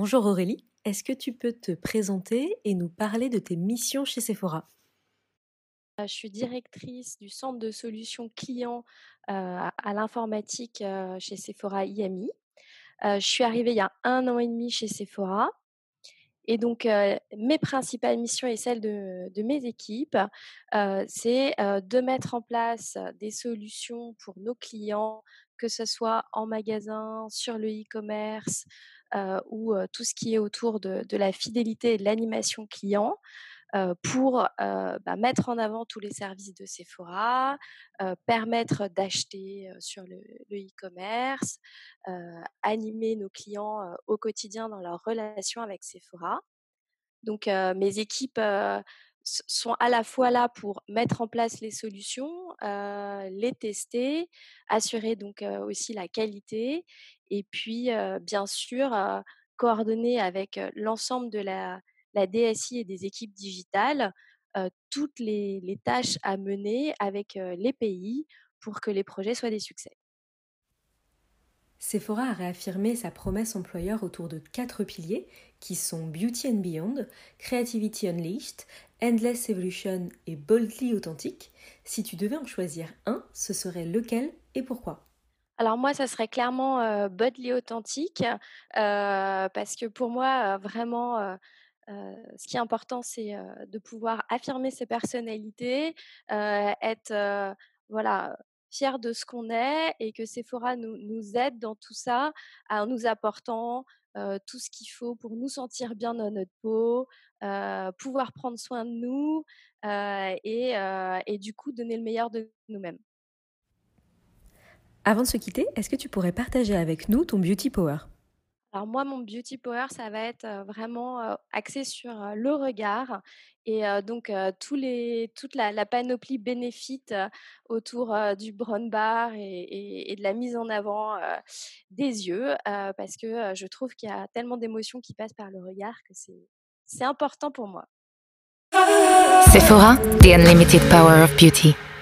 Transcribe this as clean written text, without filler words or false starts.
Bonjour Aurélie, est-ce que tu peux te présenter et nous parler de tes missions chez Sephora? Je suis directrice du centre de solutions clients, à l'informatique, chez Sephora IMI. Je suis arrivée il y a 1 an et demi chez Sephora et donc mes principales missions et celles de mes équipes, c'est, de mettre en place des solutions pour nos clients, que ce soit en magasin, sur le e-commerce, ou tout ce qui est autour de la fidélité et de l'animation client. Pour, mettre en avant tous les services de Sephora, permettre d'acheter, sur le e-commerce, animer nos clients, au quotidien dans leur relation avec Sephora. Donc mes équipes, sont à la fois là pour mettre en place les solutions, les tester, assurer donc aussi la qualité et puis, bien sûr, coordonner avec, l'ensemble de la DSI et des équipes digitales, toutes les tâches à mener avec, les pays pour que les projets soient des succès. Sephora a réaffirmé sa promesse employeur autour de 4 piliers qui sont Beauty and Beyond, Creativity Unleashed, Endless Evolution et Boldly Authentique. Si tu devais en choisir un, ce serait lequel et pourquoi? Alors moi, ça serait clairement, Buddly Authentique, parce que pour moi, vraiment, ce qui est important, c'est, de pouvoir affirmer ses personnalités, être, voilà, fier de ce qu'on est et que Sephora nous aide dans tout ça, en nous apportant, tout ce qu'il faut pour nous sentir bien dans notre peau, pouvoir prendre soin de nous, et du coup donner le meilleur de nous-mêmes. Avant de se quitter, est-ce que tu pourrais partager avec nous ton beauty power? Alors moi, mon beauty power, ça va être, vraiment, axé sur, le regard et donc toute la panoplie Benefit, autour, du brown bar et de la mise en avant, des yeux, parce que, je trouve qu'il y a tellement d'émotions qui passent par le regard que c'est important pour moi. Sephora, the unlimited power of beauty.